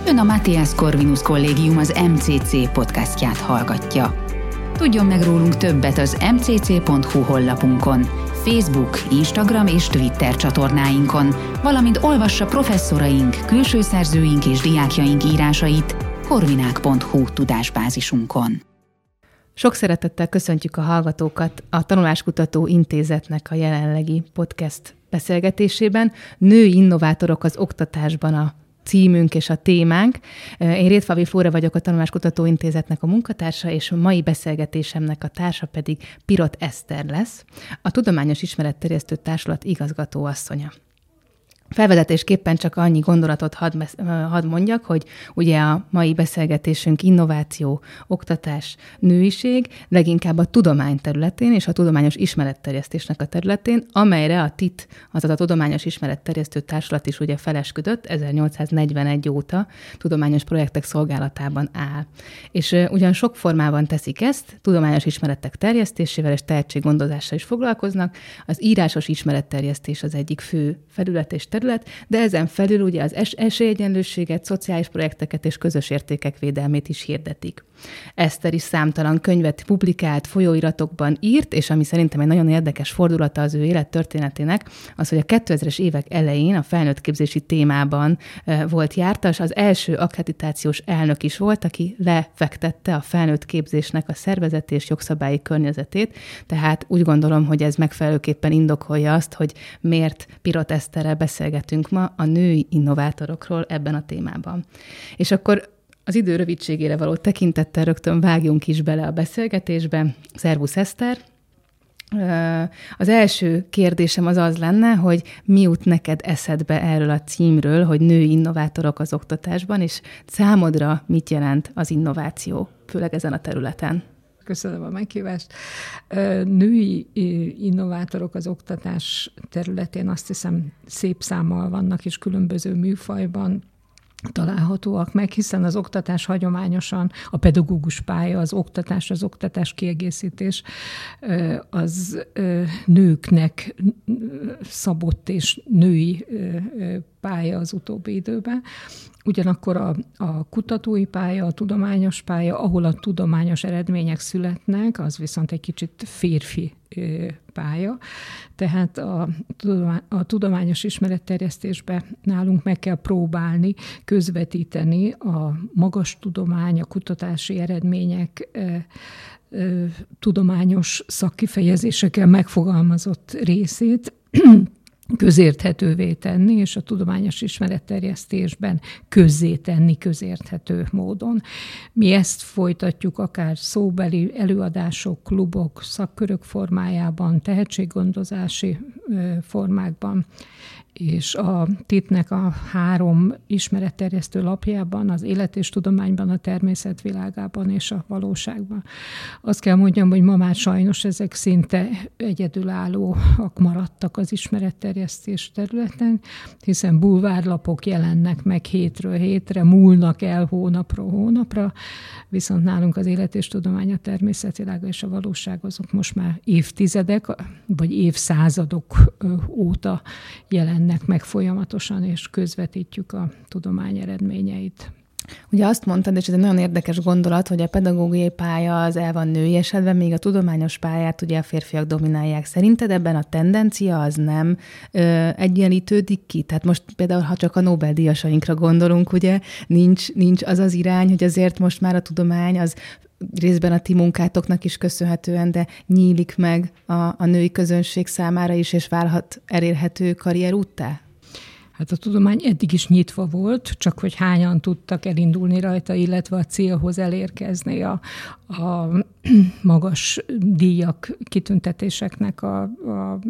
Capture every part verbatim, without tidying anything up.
Ön a Matthias Corvinus Kollégium az em cé cé podcastját hallgatja. Tudjon meg rólunk többet az em cé cé pont hu honlapunkon, Facebook, Instagram és Twitter csatornáinkon, valamint olvassa professzoraink, külső szerzőink és diákjaink írásait corvinák pont hu tudásbázisunkon. Sok szeretettel köszöntjük a hallgatókat a Tanuláskutató Intézetnek a jelenlegi podcast beszélgetésében. Női innovátorok az oktatásban a címünk és a témánk. Én Rétfalvi Flóra vagyok, a Tanuláskutató Intézetnek a munkatársa, és a mai beszélgetésemnek a társa pedig Pirot Eszter lesz, a Tudományos Ismeretterjesztő Társulat igazgatóasszonya. Felvezetésképpen csak annyi gondolatot hadd, hadd mondjak, hogy ugye a mai beszélgetésünk innováció, oktatás, nőiség, leginkább a tudomány területén és a tudományos ismeretterjesztésnek a területén, amelyre a té i té, azaz a Tudományos Ismeretterjesztő Társulat is ugye felesküdött, ezernyolcszáznegyvenegy óta tudományos projektek szolgálatában áll. És ugyan sok formában teszik ezt, tudományos ismeretek terjesztésével és tehetséggondozással is foglalkoznak, az írásos ismeretterjesztés az egyik fő felület és terület, de ezen felül ugye az es- esélyegyenlőséget, szociális projekteket és közös értékek védelmét is hirdetik. Eszter is számtalan könyvet publikált, folyóiratokban írt, és ami szerintem egy nagyon érdekes fordulata az ő élettörténetének, az, hogy a kétezres évek elején a felnőttképzési témában e, volt jártas, az első akkreditációs elnök is volt, aki lefektette a felnőttképzésnek a szervezeti és jogszabályi környezetét, tehát úgy gondolom, hogy ez megfelelőképpen indokolja azt, hogy miért Pirot Eszterrel beszélgetünk ma a női innovátorokról ebben a témában. És akkor az idő rövidségére való tekintettel rögtön vágjunk is bele a beszélgetésbe. Szervusz, Eszter! Az első kérdésem az az lenne, hogy mi jut neked eszedbe erről a címről, hogy női innovátorok az oktatásban, és számodra mit jelent az innováció, főleg ezen a területen? Köszönöm a meghívást. Női innovátorok az oktatás területén azt hiszem szép számmal vannak, és különböző műfajban találhatóak meg, hiszen az oktatás hagyományosan, a pedagógus pálya, az oktatás, az oktatás kiegészítés az nőknek szabott és női pálya az utóbbi időben. Ugyanakkor a, a kutatói pálya, a tudományos pálya, ahol a tudományos eredmények születnek, az viszont egy kicsit férfi pálya. Tehát a, a tudományos ismeretterjesztésbe nálunk meg kell próbálni közvetíteni a magas tudomány, a kutatási eredmények tudományos szakkifejezésekkel megfogalmazott részét közérthetővé tenni, és a tudományos ismeretterjesztésben közzétenni közérthető módon. Mi ezt folytatjuk akár szóbeli előadások, klubok, szakkörök formájában, tehetséggondozási formákban, és a té i té-nek a három ismeretterjesztő lapjában, az élet és tudományban, a természetvilágában és a valóságban. Azt kell mondjam, hogy ma már sajnos ezek szinte egyedülállóak maradtak az ismeretterjesztés területen, hiszen bulvárlapok jelennek meg hétről hétre, múlnak el hónapról hónapra, viszont nálunk az élet és tudomány, a természetvilága és a valóság azok most már évtizedek, vagy évszázadok óta jelennek meg folyamatosan, és közvetítjük a tudomány eredményeit. Ugye azt mondtad, és ez egy nagyon érdekes gondolat, hogy a pedagógiai pálya az el van női esetben, még a tudományos pályát ugye a férfiak dominálják. Szerinted ebben a tendencia az nem ö, egyenlítődik ki? Tehát most például, ha csak a Nobel-díjasainkra gondolunk, ugye nincs, nincs az az irány, hogy azért most már a tudomány az részben a ti munkátoknak is köszönhetően, de nyílik meg a, a női közönség számára is, és válhat elérhető karrierúttá? Hát a tudomány eddig is nyitva volt, csak hogy hányan tudtak elindulni rajta, illetve a célhoz elérkezni a, a magas díjak, kitüntetéseknek a, a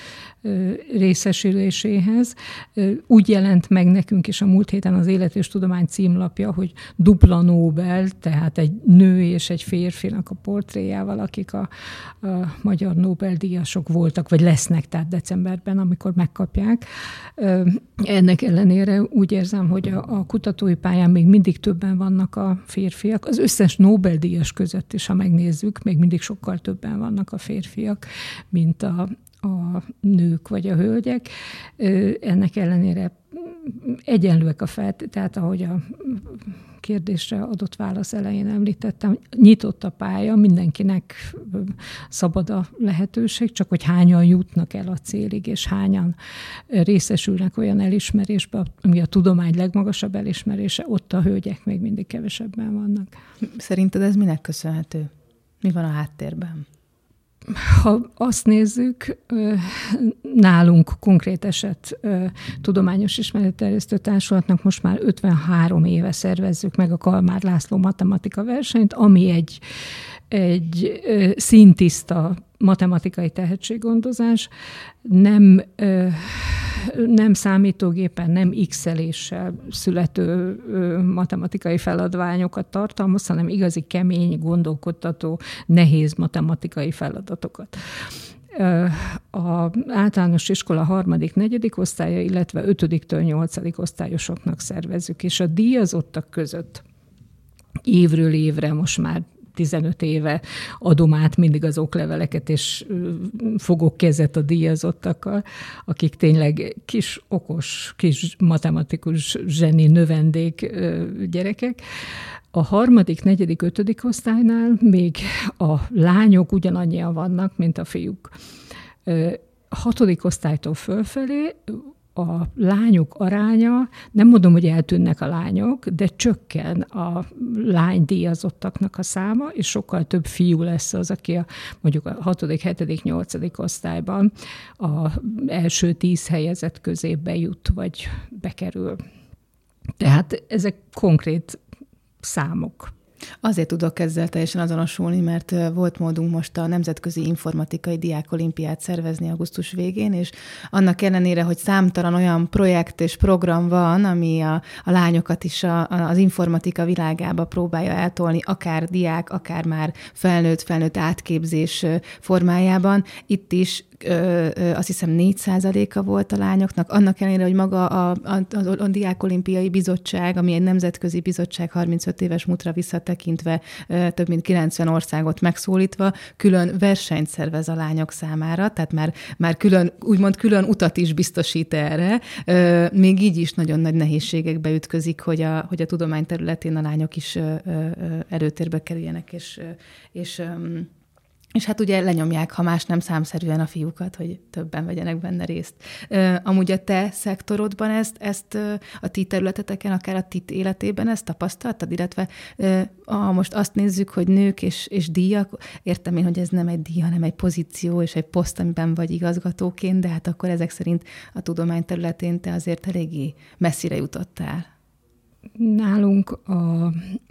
részesüléséhez. Úgy jelent meg nekünk is a múlt héten az Élet és Tudomány címlapja, hogy dupla Nobel, tehát egy nő és egy férfinak a portréjával, akik a, a magyar Nobel-díjasok voltak, vagy lesznek, tehát decemberben, amikor megkapják. Ennek ellenére úgy érzem, hogy a, a kutatói pályán még mindig többen vannak a férfiak. Az összes Nobel-díjas között is, ha megnézzük, még mindig sokkal többen vannak a férfiak, mint a, a nők vagy a hölgyek. Ennek ellenére egyenlőek a feltételek, tehát ahogy a kérdésre adott válasz elején említettem, nyitott a pálya, mindenkinek szabad a lehetőség, csak hogy hányan jutnak el a célig, és hányan részesülnek olyan elismerésbe, ami a tudomány legmagasabb elismerése, ott a hölgyek még mindig kevesebben vannak. Szerinted ez minek köszönhető? Mi van a háttérben? Ha azt nézzük, nálunk konkrét eset Tudományos Ismeretterjesztő Társulatnak most már ötvenhárom éve szervezzük meg a Kalmár László matematika versenyt, ami egy, egy színtiszta matematikai tehetséggondozás, nem, nem számítógépen, nem x-eléssel születő matematikai feladványokat tartalmaz, hanem igazi kemény, gondolkodtató, nehéz matematikai feladatokat. Az általános iskola harmadik, negyedik osztálya, illetve ötödiktől nyolcadik osztályosoknak szervezzük, és a díjazottak között évről évre most már tizenöt éve adom át mindig az okleveleket, és fogok kezet a díjazottakkal, akik tényleg kis, okos, kis matematikus zseni növendék gyerekek. A harmadik, negyedik, ötödik osztálynál még a lányok ugyanannyian vannak, mint a fiúk. A hatodik osztálytól fölfelé a lányok aránya, nem mondom, hogy eltűnnek a lányok, de csökken a lánydíjazottaknak a száma, és sokkal több fiú lesz az, aki a, mondjuk a hatodik, hetedik, nyolcadik osztályban az első tíz helyezett közé bejut, vagy bekerül. Tehát ezek konkrét számok. Azért tudok ezzel teljesen azonosulni, mert volt módunk most a Nemzetközi Informatikai Diákolimpiát szervezni augusztus végén, és annak ellenére, hogy számtalan olyan projekt és program van, ami a, a lányokat is a, az informatika világába próbálja eltolni, akár diák, akár már felnőtt, felnőtt átképzés formájában, itt is Ö, ö, azt hiszem négy százaléka volt a lányoknak, annak ellenére, hogy maga a, a, a, a Diákolimpiai Bizottság, ami egy nemzetközi bizottság harmincöt éves múltra visszatekintve ö, több mint kilencven országot megszólítva, külön versenyt szervez a lányok számára, tehát már, már külön, úgymond külön utat is biztosít erre. Ö, még így is nagyon nagy nehézségekbe ütközik, hogy a, hogy a tudomány területén a lányok is ö, ö, előtérbe kerüljenek, és, és ö, És hát ugye lenyomják, ha más nem számszerűen a fiúkat, hogy többen vegyenek benne részt. Amúgy a te szektorodban ezt, ezt a ti területeteken, akár a ti életében ezt tapasztaltad, illetve ha most azt nézzük, hogy nők és, és díjak, értem én, hogy ez nem egy díj, hanem egy pozíció és egy poszt, amiben vagy igazgatóként, de hát akkor ezek szerint a tudomány területén te azért eléggé messzire jutottál. Nálunk a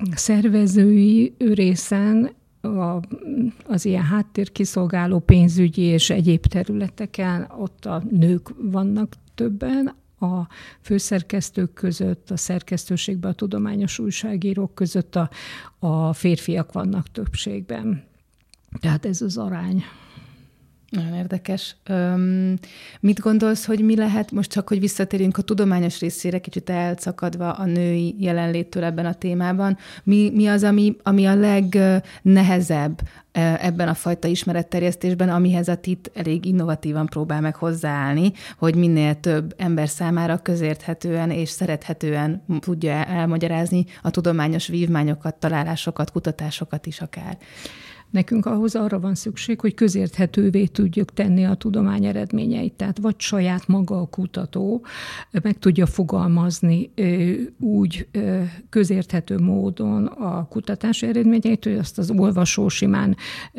szervezői részen A, az ilyen háttérkiszolgáló pénzügyi és egyéb területeken ott a nők vannak többen, a főszerkesztők között, a szerkesztőségben a tudományos újságírók között a, a férfiak vannak többségben. Tehát ez az arány. Nagyon érdekes. Öm, mit gondolsz, hogy mi lehet, most csak, hogy visszatérjünk a tudományos részére, kicsit elszakadva a női jelenléttől ebben a témában, mi, mi az, ami, ami a legnehezebb ebben a fajta ismeretterjesztésben, amihez a TIT elég innovatívan próbál meg hozzáállni, hogy minél több ember számára közérthetően és szerethetően tudja elmagyarázni a tudományos vívmányokat, találásokat, kutatásokat is akár. Nekünk ahhoz arra van szükség, hogy közérthetővé tudjuk tenni a tudomány eredményeit. Tehát vagy saját maga a kutató meg tudja fogalmazni úgy közérthető módon a kutatási eredményeit, hogy azt az olvasó simán,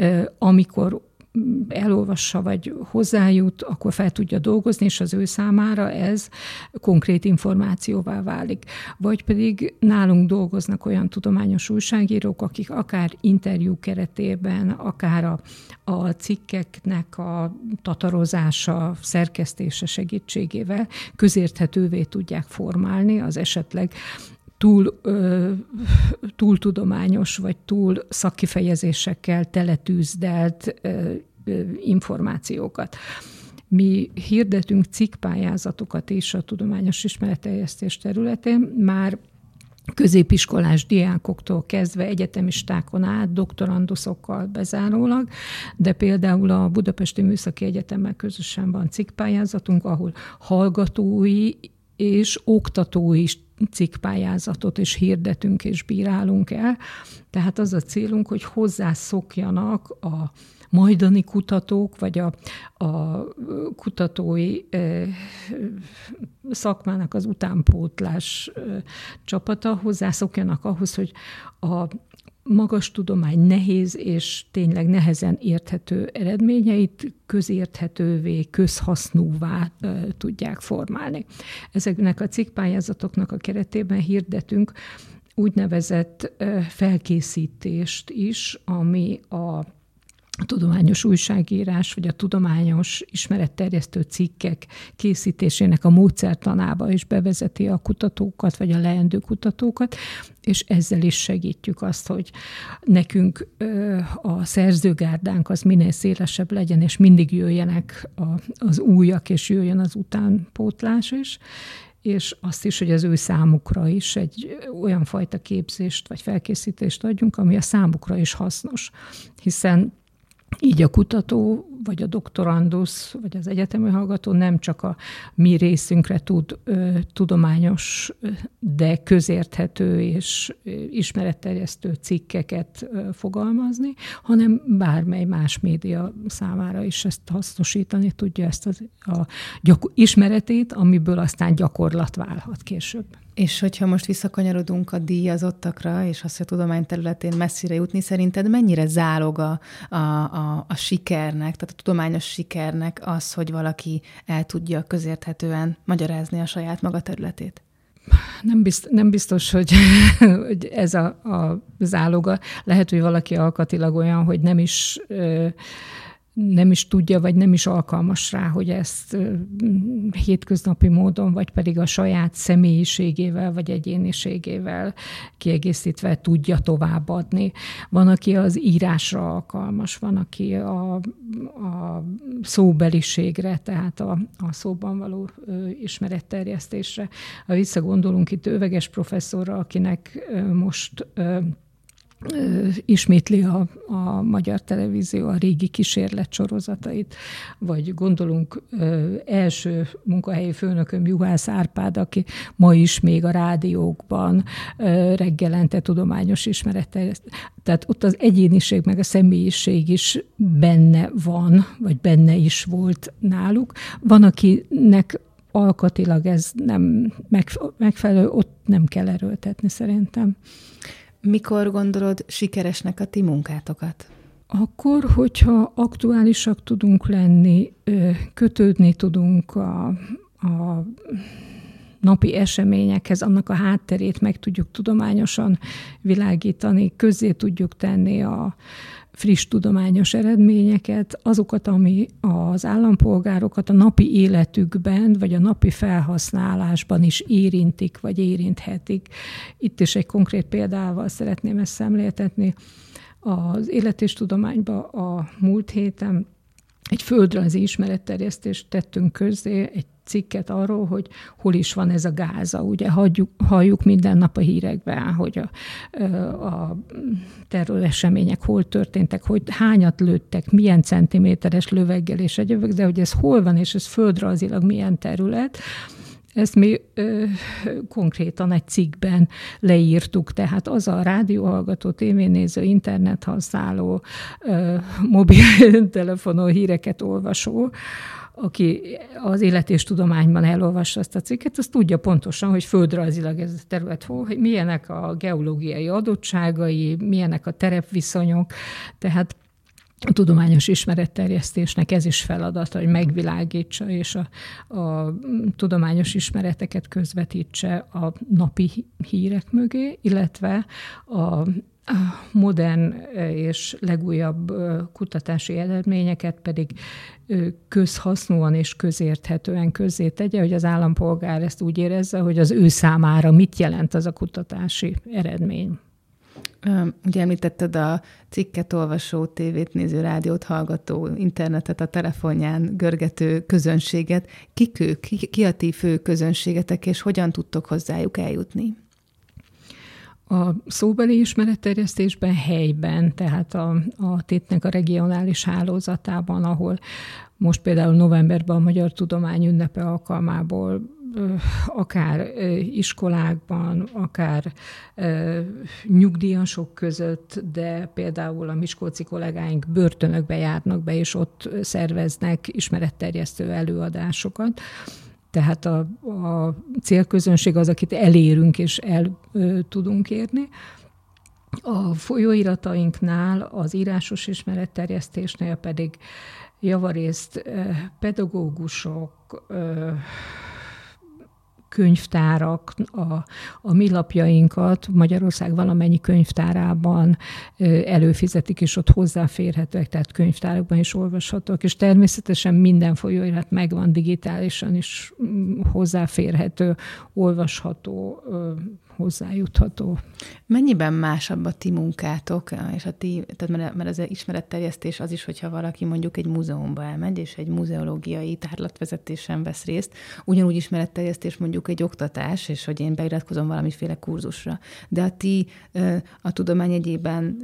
amikor elolvassa, vagy hozzájut, akkor fel tudja dolgozni, és az ő számára ez konkrét információvá válik. Vagy pedig nálunk dolgoznak olyan tudományos újságírók, akik akár interjú keretében, akár a, a cikkeknek a tatarozása, szerkesztése segítségével közérthetővé tudják formálni az esetleg túl, ö, túl tudományos, vagy túl szakkifejezésekkel teletűzdelt ö, ö, információkat. Mi hirdetünk cikkpályázatokat is a tudományos ismeretterjesztés területén, már középiskolás diákoktól kezdve egyetemistákon át, doktoranduszokkal bezárólag, de például a Budapesti Műszaki Egyetemmel közösen van cikkpályázatunk, ahol hallgatói és oktatói cikkpályázatot is hirdetünk és bírálunk el. Tehát az a célunk, hogy hozzászokjanak a majdani kutatók, vagy a, a kutatói eh, szakmának az utánpótlás eh, csapata hozzászokjanak ahhoz, hogy a magas tudomány nehéz és tényleg nehezen érthető eredményeit közérthetővé, közhasznúvá e, tudják formálni. Ezeknek a cikkpályázatoknak a keretében hirdetünk úgynevezett e, felkészítést is, ami a a tudományos újságírás, vagy a tudományos ismeretterjesztő cikkek készítésének a módszertanába is bevezeti a kutatókat, vagy a leendő kutatókat, és ezzel is segítjük azt, hogy nekünk a szerzőgárdánk az minél szélesebb legyen, és mindig jöjjenek az újak, és jöjjön az utánpótlás is, és azt is, hogy az ő számukra is egy olyan fajta képzést, vagy felkészítést adjunk, ami a számukra is hasznos, hiszen így a kutató, vagy a doktorandusz, vagy az egyetemi hallgató nem csak a mi részünkre tud ö, tudományos, de közérthető és ismeretterjesztő cikkeket ö, fogalmazni, hanem bármely más média számára is ezt hasznosítani tudja, ezt az, a gyakor- ismeretét, amiből aztán gyakorlat válhat később. És hogyha most visszakanyarodunk a díjazottakra, és azt, hogy a tudomány területén messzire jutni, szerinted mennyire zálog a, a, a, a sikernek, tehát a tudományos sikernek az, hogy valaki el tudja közérthetően magyarázni a saját maga területét? Nem biztos, nem biztos, hogy, hogy ez a, a záloga. Lehet, hogy valaki alkatilag olyan, hogy nem is... nem is tudja, vagy nem is alkalmas rá, hogy ezt hétköznapi módon, vagy pedig a saját személyiségével, vagy egyéniségével kiegészítve tudja továbbadni. Van, aki az írásra alkalmas, van, aki a, a szóbeliségre, tehát a, a szóban való ismeretterjesztésre. Ha visszagondolunk itt Öveges professzorra, akinek most ismétli a, a Magyar Televízió a régi kísérletsorozatait, vagy gondolunk ö, első munkahelyi főnököm Juhász Árpád, aki ma is még a rádiókban ö, reggelente tudományos ismerettel. Tehát ott az egyéniség meg a személyiség is benne van, vagy benne is volt náluk. Van, akinek alkatilag ez nem megfelelő, ott nem kell erőltetni szerintem. Mikor gondolod sikeresnek a ti munkátokat? Akkor, hogyha aktuálisak tudunk lenni, kötődni tudunk a, a napi eseményekhez, annak a hátterét meg tudjuk tudományosan világítani, közzé tudjuk tenni a friss tudományos eredményeket, azokat, ami az állampolgárokat a napi életükben, vagy a napi felhasználásban is érintik, vagy érinthetik. Itt is egy konkrét példával szeretném ezt szemléltetni. Az élet és tudományban a múlt héten egy földrajzi ismeretterjesztést tettünk közzé, egy cikket arról, hogy hol is van ez a Gáza. Ugye hagyjuk, halljuk minden nap a hírekben, hogy a, a terroresemények hol történtek, hogy hányat lőttek, milyen centiméteres löveggel és egyébként, de hogy ez hol van, és ez földrajzilag milyen terület. Ezt mi ö, konkrétan egy cikkben leírtuk, tehát az a rádióhallgató, tévénéző, internet használó, ö, mobiltelefonon híreket olvasó, aki az élet és tudományban elolvassa ezt a cikket, az tudja pontosan, hogy földrajzilag ez a terület hol, hogy milyenek a geológiai adottságai, milyenek a terepviszonyok, tehát a tudományos ismeretterjesztésnek ez is feladata, hogy megvilágítsa, és a, a tudományos ismereteket közvetítse a napi hírek mögé, illetve a a modern és legújabb kutatási eredményeket pedig közhasznúan és közérthetően közzé tegye, hogy az állampolgár ezt úgy érezze, hogy az ő számára mit jelent az a kutatási eredmény. Ugye említetted a cikket olvasó, tévét néző, rádiót hallgató, internetet a telefonján görgető közönséget. Kik ők? Ki, ki a ti fő közönségetek, és hogyan tudtok hozzájuk eljutni? A szóbeli ismeretterjesztésben helyben, tehát a, a tétnek a regionális hálózatában, ahol most például novemberben a Magyar Tudomány ünnepe alkalmából akár iskolákban, akár nyugdíjasok között, de például a miskolci kollégáink börtönökbe járnak be, és ott szerveznek ismeretterjesztő előadásokat. Tehát a, a célközönség az, akit elérünk és el tudunk érni. A folyóiratainknál, az írásos ismeretterjesztésnél pedig javarészt pedagógusok, könyvtárak, a, a mi lapjainkat Magyarország valamennyi könyvtárában előfizetik, és ott hozzáférhetőek, tehát könyvtárakban is olvashatók, és természetesen minden folyóirat megvan digitálisan is hozzáférhető, olvasható, hozzájutható. Mennyiben másabb a ti munkátok, és a ti, tehát mert az ismeretterjesztés az is, hogyha valaki mondjuk egy múzeumba elmegy, és egy muzeológiai tárlatvezetésen vesz részt, ugyanúgy ismeretterjesztés mondjuk egy oktatás, és hogy én beiratkozom valamiféle kurzusra. De a ti a tudomány egyében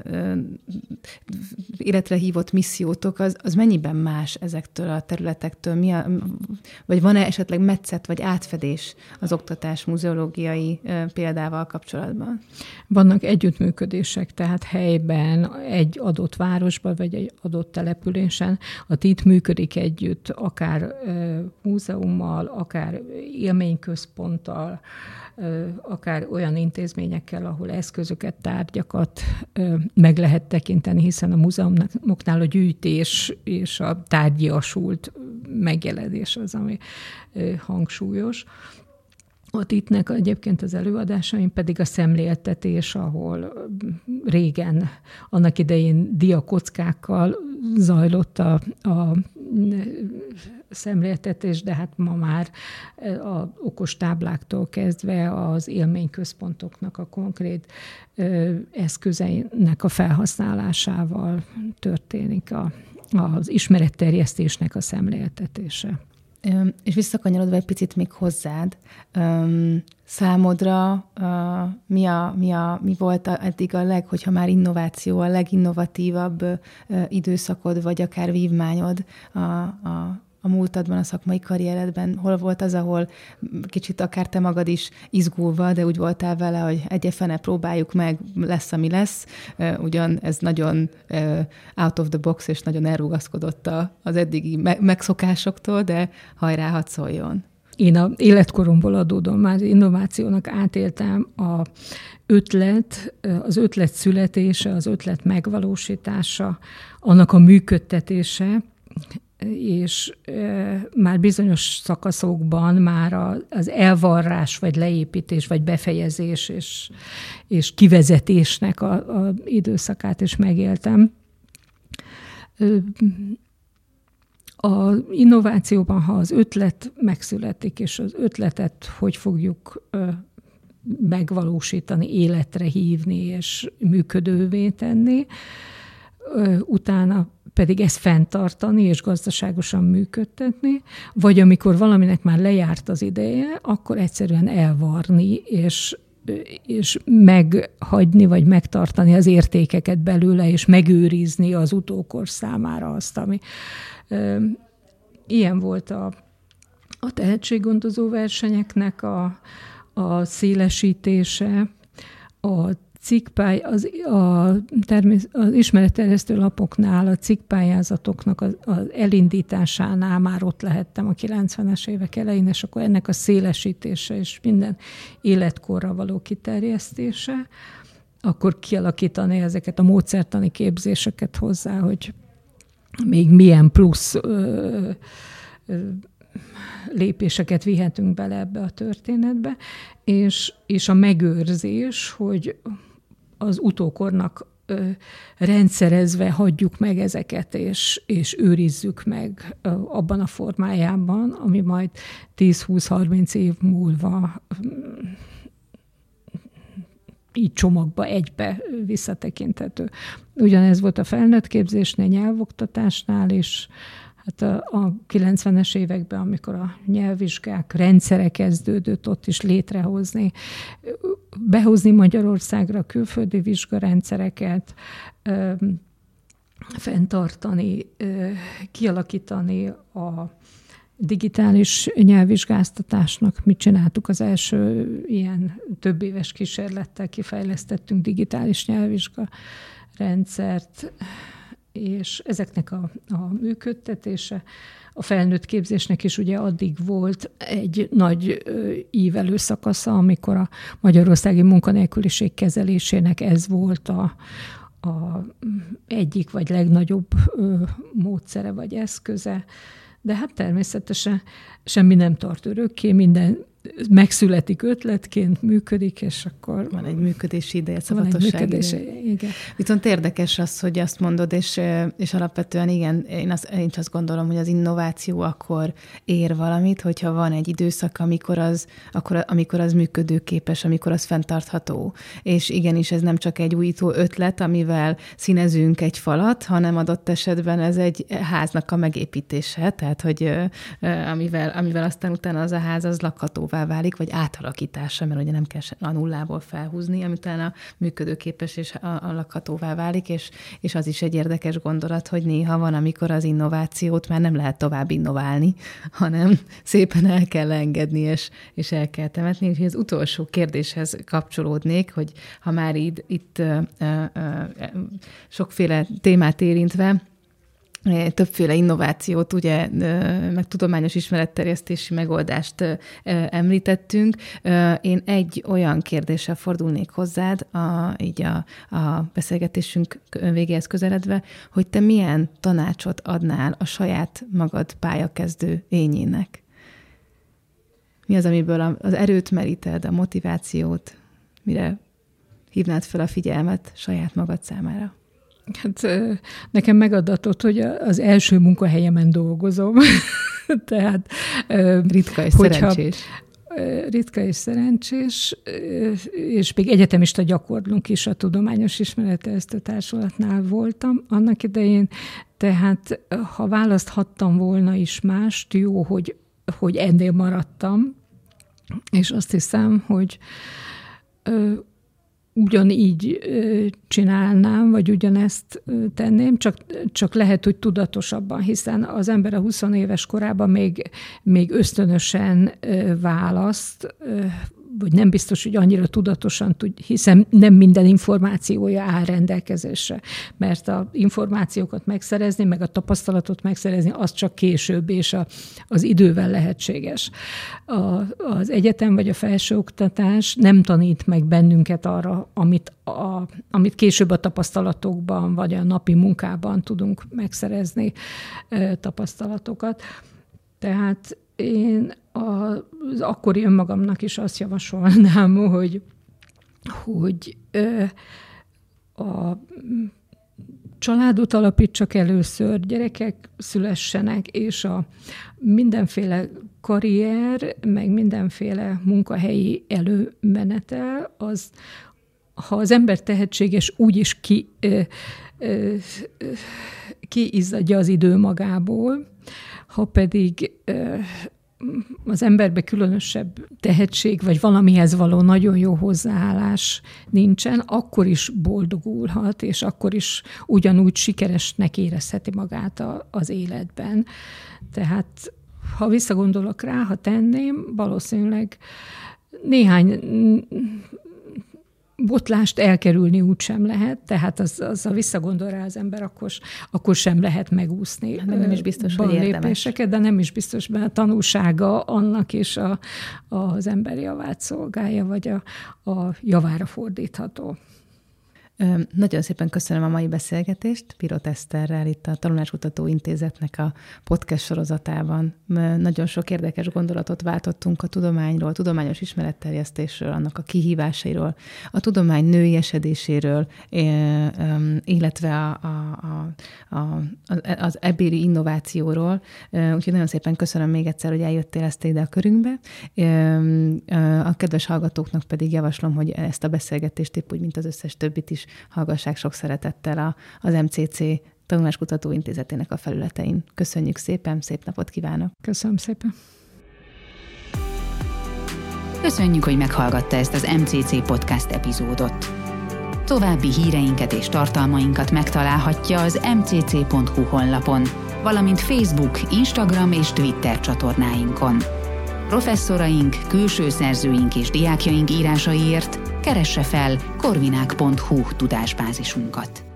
életre hívott missziótok, az, az mennyiben más ezektől a területektől? Mi a, vagy van-e esetleg metszet, vagy átfedés az oktatás muzeológiai példával kapcsolatban? Vannak együttműködések, tehát helyben, egy adott városban, vagy egy adott településen a TIT működik együtt, akár múzeummal, akár élményközponttal, akár olyan intézményekkel, ahol eszközöket, tárgyakat meg lehet tekinteni, hiszen a múzeumoknál a gyűjtés és a tárgyiasult megjelenés az, ami hangsúlyos. A TIT-nek egyébként az előadásaim pedig a szemléltetés, ahol régen, annak idején diakockákkal zajlott a, a szemléltetés, de hát ma már a okos tábláktól kezdve az élményközpontoknak a konkrét eszközeinek a felhasználásával történik a, az ismeretterjesztésnek a szemléltetése. És visszakanyarodva egy picit még hozzád, számodra mi, a, mi, a, mi volt eddig a leg, hogyha már innováció, a leginnovatívabb időszakod, vagy akár vívmányod a, a, a múltadban, a szakmai karrieredben? Hol volt az, ahol kicsit akár te magad is izgulva, de úgy voltál vele, hogy egyefene próbáljuk meg, lesz, ami lesz. Ugyan ez nagyon out of the box, és nagyon elrugaszkodott az eddigi megszokásoktól, de hajrá, hadd szóljon. Én a életkoromból adódom már innovációnak átéltem a ötlet, az ötlet születése, az ötlet megvalósítása, annak a működtetése, és e, már bizonyos szakaszokban már a, az elvarrás, vagy leépítés, vagy befejezés és, és kivezetésnek a, a időszakát is megéltem. Az innovációban, ha az ötlet megszületik, és az ötletet hogy fogjuk megvalósítani, életre hívni és működővé tenni, utána pedig ezt fenntartani és gazdaságosan működtetni, vagy amikor valaminek már lejárt az ideje, akkor egyszerűen elvarni és, és meghagyni, vagy megtartani az értékeket belőle, és megőrizni az utókor számára azt, ami... Ilyen volt a, a tehetséggondozó versenyeknek a, a szélesítése, a cikkpály, az, a termész, az ismeretterjesztő lapoknál, a cikkpályázatoknak az, az elindításánál már ott lehettem a kilencvenes évek elején, és akkor ennek a szélesítése és minden életkorra való kiterjesztése, akkor kialakítani ezeket a módszertani képzéseket hozzá, hogy még milyen plusz ö, ö, lépéseket vihetünk bele ebbe a történetbe, és, és a megőrzés, hogy az utókornak ö, rendszerezve hagyjuk meg ezeket, és, és őrizzük meg ö, abban a formájában, ami majd tíz-húsz-harminc év múlva ö, így csomagba, egybe visszatekinthető. Ugyanez volt a felnőtt képzésnél, nyelvoktatásnál is. Hát a, a kilencvenes években, amikor a nyelvvizsgák rendszere kezdődött, ott is létrehozni, behozni Magyarországra külföldi vizsgarendszereket, ö, fenntartani, ö, kialakítani a digitális nyelvvizsgáztatásnak mit csináltuk az első ilyen több éves kísérlettel, kifejlesztettünk digitális nyelvvizsga rendszert, és ezeknek a, a működtetése, a felnőtt képzésnek is ugye addig volt egy nagy ívelő szakasza, amikor a magyarországi munkanélküliség kezelésének ez volt a, a egyik vagy legnagyobb módszere vagy eszköze. De hát természetesen semmi nem tart örökké, minden megszületik ötletként, működik, és akkor... Van egy működési ideje, szavatosság ideje. Igen. Viszont érdekes az, hogy azt mondod, és, és alapvetően igen, én azt, én azt gondolom, hogy az innováció akkor ér valamit, hogyha van egy időszak, amikor az, akkor, amikor az működőképes, amikor az fenntartható. És igenis, ez nem csak egy újító ötlet, amivel színezünk egy falat, hanem adott esetben ez egy háznak a megépítése, tehát, hogy amivel, amivel aztán utána az a ház az lakható válik, vagy átalakítása, mert ugye nem kell a nullából felhúzni, amit utána működőképes és a, a lakhatóvá válik, és, és az is egy érdekes gondolat, hogy néha van, amikor az innovációt már nem lehet tovább innoválni, hanem szépen el kell engedni, és, és el kell temetni. Úgyhogy az utolsó kérdéshez kapcsolódnék, hogy ha már itt, itt ö, ö, ö, sokféle témát érintve, többféle innovációt, ugye, meg tudományos ismeretterjesztési megoldást említettünk. Én egy olyan kérdéssel fordulnék hozzád, a, így a, a beszélgetésünk végéhez közeledve, hogy te milyen tanácsot adnál a saját magad pályakezdő ényének? Mi az, amiből az erőt meríted, a motivációt, mire hívnád fel a figyelmet saját magad számára? Hát nekem megadatott, hogy az első munkahelyemen dolgozom. Tehát ritka és szerencsés. Ritka és szerencsés, és még egyetemista gyakorlónk is a Tudományos Ismeretterjesztő Társulatnál voltam annak idején. Tehát ha választhattam volna is mást, jó, hogy, hogy ennél maradtam, és azt hiszem, hogy ugyanígy csinálnám, vagy ugyanezt tenném, csak, csak lehet, hogy tudatosabban, hiszen az ember a húsz éves korában még, még ösztönösen választ, vagy nem biztos, hogy annyira tudatosan tud, hiszen nem minden információja áll rendelkezésre, mert az információkat megszerezni, meg a tapasztalatot megszerezni, az csak később, és a, az idővel lehetséges. A, az egyetem vagy a felsőoktatás nem tanít meg bennünket arra, amit, a, amit később a tapasztalatokban, vagy a napi munkában tudunk megszerezni tapasztalatokat. Tehát én az akkori önmagamnak is azt javasolnám, hogy, hogy a családot alapítsak először, gyerekek szülessenek, és a mindenféle karrier, meg mindenféle munkahelyi előmenetel, az, ha az ember tehetséges, úgyis ki, kiizzadja az idő magából, ha pedig az emberbe különösebb tehetség, vagy valamihez való nagyon jó hozzáállás nincsen, akkor is boldogulhat, és akkor is ugyanúgy sikeresnek érezheti magát a, az életben. Tehát, ha visszagondolok rá, ha tenném, valószínűleg néhány botlást elkerülni úgy sem lehet, tehát az, az a visszagondol rá az ember, akkor, akkor sem lehet megúszni. Nem, nem is biztos, hogy érdemes. De nem is biztos, mert a tanulsága annak is a, az ember javát szolgálja, vagy a, a javára fordítható. Nagyon szépen köszönöm a mai beszélgetést Pirot Eszterrel itt a Tanuláskutató Intézetnek a podcast sorozatában. Nagyon sok érdekes gondolatot váltottunk a tudományról, tudományos ismeretterjesztésről, annak a kihívásairól, a tudomány női esedéséről, illetve a, a, a, a, az ebbéli innovációról. Úgyhogy nagyon szépen köszönöm még egyszer, hogy eljöttél ezt ide a körünkbe. A kedves hallgatóknak pedig javaslom, hogy ezt a beszélgetést épp úgy, mint az összes többit is hallgassák sok szeretettel a, az em cé cé Tanuláskutató Intézetének a felületein. Köszönjük szépen, szép napot kívánok! Köszönöm szépen! Köszönjük, hogy meghallgatta ezt az em cé cé podcast epizódot. További híreinket és tartalmainkat megtalálhatja az em cé cé pont hu honlapon. valamint Facebook, Instagram és Twitter csatornáinkon. Professzoraink, külső szerzőink és diákjaink írásaiért keresse fel korvinák pont hu tudásbázisunkat.